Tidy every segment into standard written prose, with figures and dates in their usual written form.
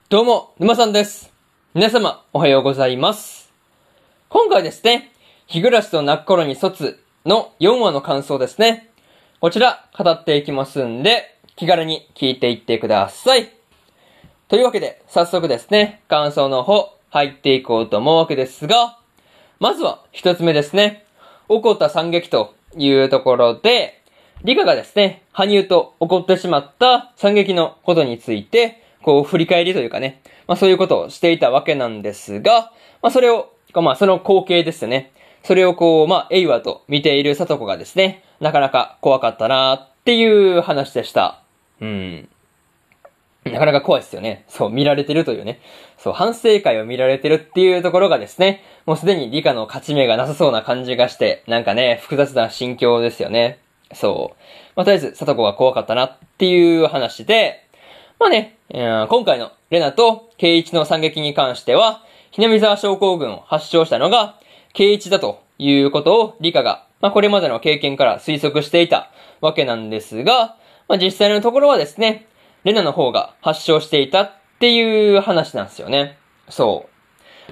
どうも、沼さんです。皆様、おはようございます。今回ですね、日暮らしと泣く頃に卒の4話の感想ですね。こちら、語っていきますんで、気軽に聞いていってください。というわけで、早速ですね、感想の方、入っていこうと思うわけですが、まずは一つ目ですね、起こった惨劇というところで、リカがですね、羽生と起こってしまった惨劇のことについて、振り返りというかね、そういうことをしていたわけなんですが、それを、その光景ですね。それをエイワと見ているサトコがですね、なかなか怖かったなっていう話でした。なかなか怖いですよね。そう、見られてるというね。そう、反省会を見られてるっていうところがですね、もうすでに理科の勝ち目がなさそうな感じがして、なんかね、複雑な心境ですよね。そう。とりあえず、サトコが怖かったなっていう話で、今回のレナとケイイチの惨劇に関しては、ひなみ沢症候群を発症したのが、ケイイチだということを理科が、これまでの経験から推測していたわけなんですが、実際のところはですね、レナの方が発症していたっていう話なんですよね。そう。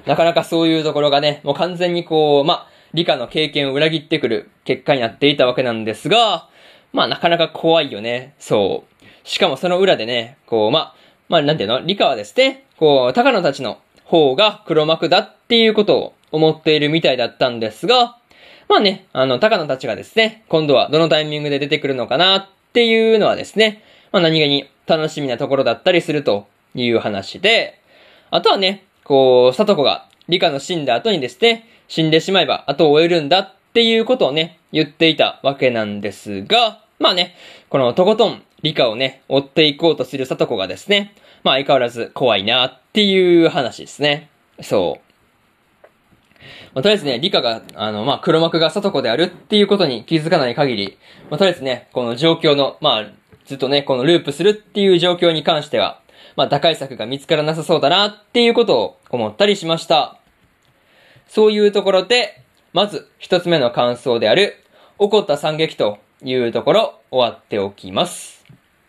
なかなかそういうところがね、もう完全に理科の経験を裏切ってくる結果になっていたわけなんですが、なかなか怖いよね。そう。しかもその裏でね、なんていうの理科はですね、高野たちの方が黒幕だっていうことを思っているみたいだったんですが、高野たちがですね、今度はどのタイミングで出てくるのかなっていうのはですね、何気に楽しみなところだったりするという話で、あとはね、サトコが理科の死んだ後にですね、死んでしまえば後を追えるんだっていうことをね、言っていたわけなんですが、このとことん理科をね、追っていこうとするサトコがですね、相変わらず怖いなっていう話ですね。そう。とりあえずね、理科が、黒幕がサトコであるっていうことに気づかない限り、とりあえずね、この状況の、ずっとね、このループするっていう状況に関しては、打開策が見つからなさそうだなっていうことを思ったりしました。そういうところで、まず一つ目の感想である、起こった惨劇というところ、終わっておきます。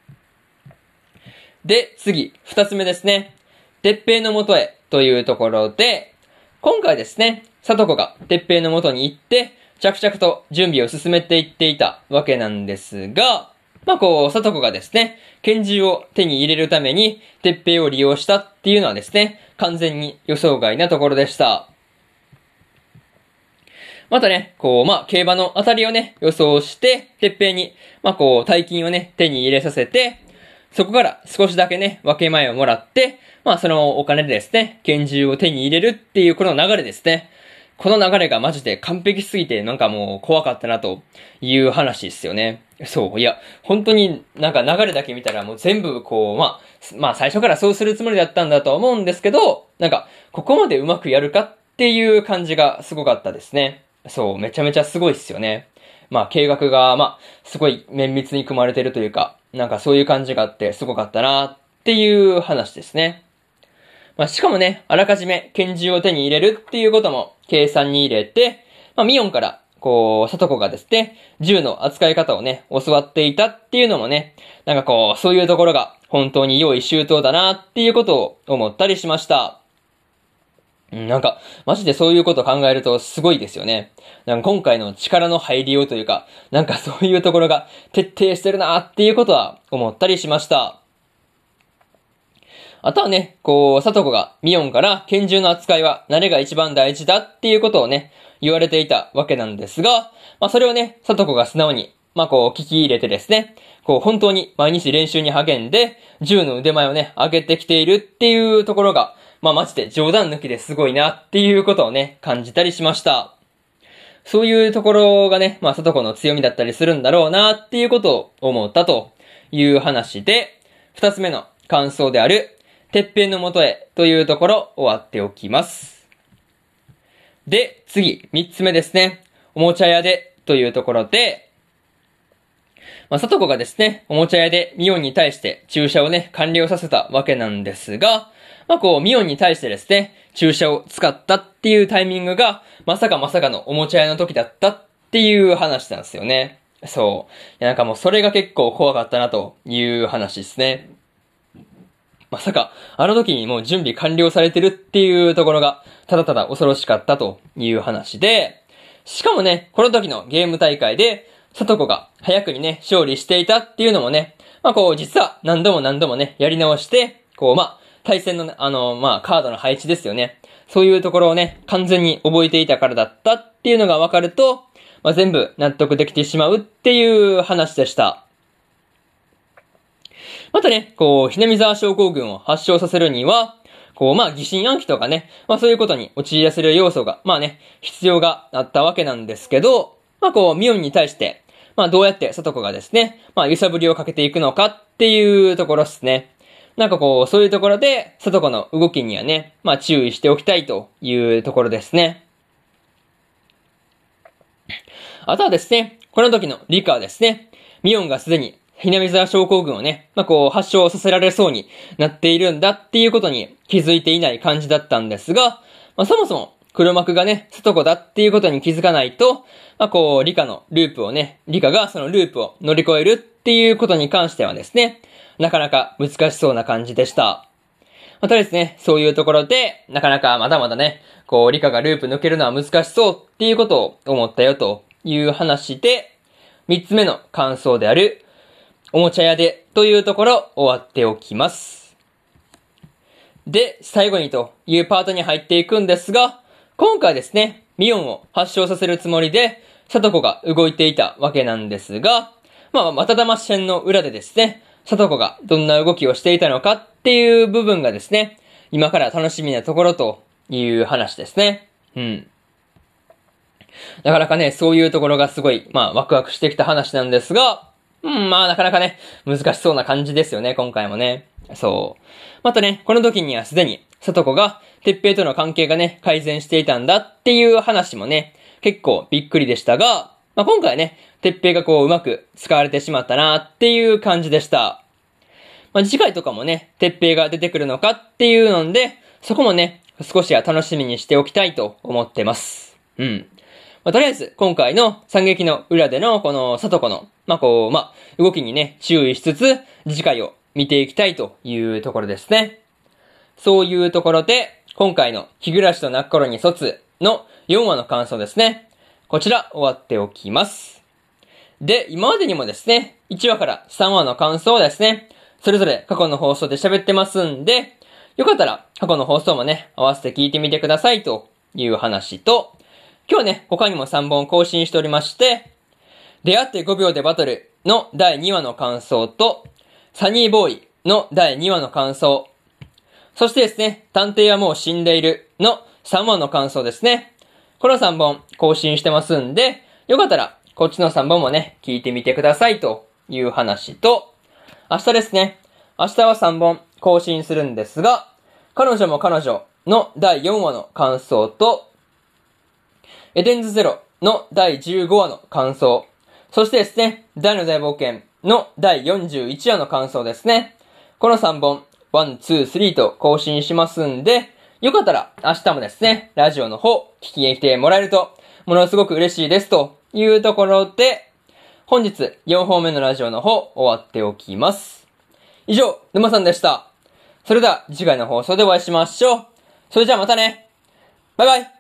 で、次、二つ目ですね。鉄平の元へというところで、今回ですね、サトコが鉄平の元に行って、着々と準備を進めていっていたわけなんですが、サトコがですね、拳銃を手に入れるために、鉄平を利用したっていうのはですね、完全に予想外なところでした。またね、競馬の当たりをね、予想して、鉄平に、大金をね、手に入れさせて、そこから少しだけね、分け前をもらって、そのお金でですね、拳銃を手に入れるっていうこの流れですね。この流れがマジで完璧すぎて、なんかもう怖かったなという話ですよね。そう。いや、本当になんか流れだけ見たらもう全部最初からそうするつもりだったんだとは思うんですけど、なんか、ここまでうまくやるかっていう感じがすごかったですね。そう、めちゃめちゃすごいっすよね。計画が、すごい綿密に組まれてるというか、なんかそういう感じがあってすごかったなっていう話ですね。しかもね、あらかじめ拳銃を手に入れるっていうことも計算に入れて、ミオンから、サトコがですね、銃の扱い方をね、教わっていたっていうのもね、そういうところが本当に用意周到だなっていうことを思ったりしました。マジでそういうことを考えるとすごいですよね。今回の力の入りようというか、そういうところが徹底してるなっていうことは思ったりしました。あとはね、サトコがミオンから拳銃の扱いは慣れが一番大事だっていうことをね、言われていたわけなんですが、それをね、サトコが素直に、聞き入れてですね、本当に毎日練習に励んで、銃の腕前をね、上げてきているっていうところが、マジで冗談抜きですごいなっていうことをね、感じたりしました。そういうところがね、サトコの強みだったりするんだろうなっていうことを思ったという話で、二つ目の感想である、鉄平の元へというところ終わっておきます。で、次、三つ目ですね。おもちゃ屋でというところで、サトコがですね、おもちゃ屋でミオンに対して注射をね、完了させたわけなんですが、ミオンに対してですね、注射を使ったっていうタイミングが、まさかのおもちゃ屋の時だったっていう話なんですよね。そう。もうそれが結構怖かったなという話ですね。 まさか、あの時にもう準備完了されてるっていうところが、ただただ恐ろしかったという話で、しかもね、この時のゲーム大会で、さとこが早くにね、勝利していたっていうのもね、実は何度もね、やり直して、対戦のね、カードの配置ですよね。そういうところをね、完全に覚えていたからだったっていうのがわかると、全部納得できてしまうっていう話でした。またね、ひなみ沢症候群を発症させるには、疑心暗鬼とかね、そういうことに陥らせる要素が、必要があったわけなんですけど、ミオンに対して、どうやってさとこがですね、揺さぶりをかけていくのかっていうところですね。そういうところで、さとこの動きにはね、注意しておきたいというところですね。あとはですね、この時のリカはですね、ミオンがすでに、ひなみ沢症候群をね、発症させられそうになっているんだっていうことに気づいていない感じだったんですが、そもそも黒幕がね、さとこだっていうことに気づかないと、リカのループをね、リカがそのループを乗り越えるっていうことに関してはですね、なかなか難しそうな感じでした。またですね、そういうところで、なかなかまだまだね、リカがループ抜けるのは難しそうっていうことを思ったよという話で、三つ目の感想である、おもちゃ屋でというところ終わっておきます。で、最後にというパートに入っていくんですが、今回ですね、ミオンを発症させるつもりで、さとこが動いていたわけなんですが、まただま線の裏でですね、さとこがどんな動きをしていたのかっていう部分がですね、今から楽しみなところという話ですね。なかなかね、そういうところがすごい、ワクワクしてきた話なんですが、なかなかね、難しそうな感じですよね、今回もね。そう。またね、この時にはすでに、さとこが、てっぺいとの関係がね、改善していたんだっていう話もね、結構びっくりでしたが、今回ね、てっぺいがうまく使われてしまったなっていう感じでした。次回とかもね、てっぺいが出てくるのかっていうので、そこもね、少しは楽しみにしておきたいと思ってます。とりあえず、今回の惨劇の裏でのこのさとこの、動きにね、注意しつつ、次回を見ていきたいというところですね。そういうところで、今回の日暮らしと泣く頃に卒の4話の感想ですね。こちら終わっておきます。で、今までにもですね、1話から3話の感想をですね、それぞれ過去の放送で喋ってますんで、よかったら過去の放送もね、合わせて聞いてみてくださいという話と、今日はね、他にも3本更新しておりまして、出会って5秒でバトルの第2話の感想と、サニーボーイの第2話の感想、そしてですね、探偵はもう死んでいるの3話の感想ですね。この3本更新してますんで、よかったらこっちの3本もね、聞いてみてくださいという話と、明日ですね、明日は3本更新するんですが、彼女も彼女の第4話の感想と、エデンズゼロの第15話の感想、そしてですね、大の大冒険の第41話の感想ですね。この3本、1、2、3と更新しますんで、よかったら明日もですね、ラジオの方聞きに来てもらえると、ものすごく嬉しいですというところで、本日4本目のラジオの方終わっておきます。以上、沼さんでした。それでは次回の放送でお会いしましょう。それじゃあまたね。バイバイ。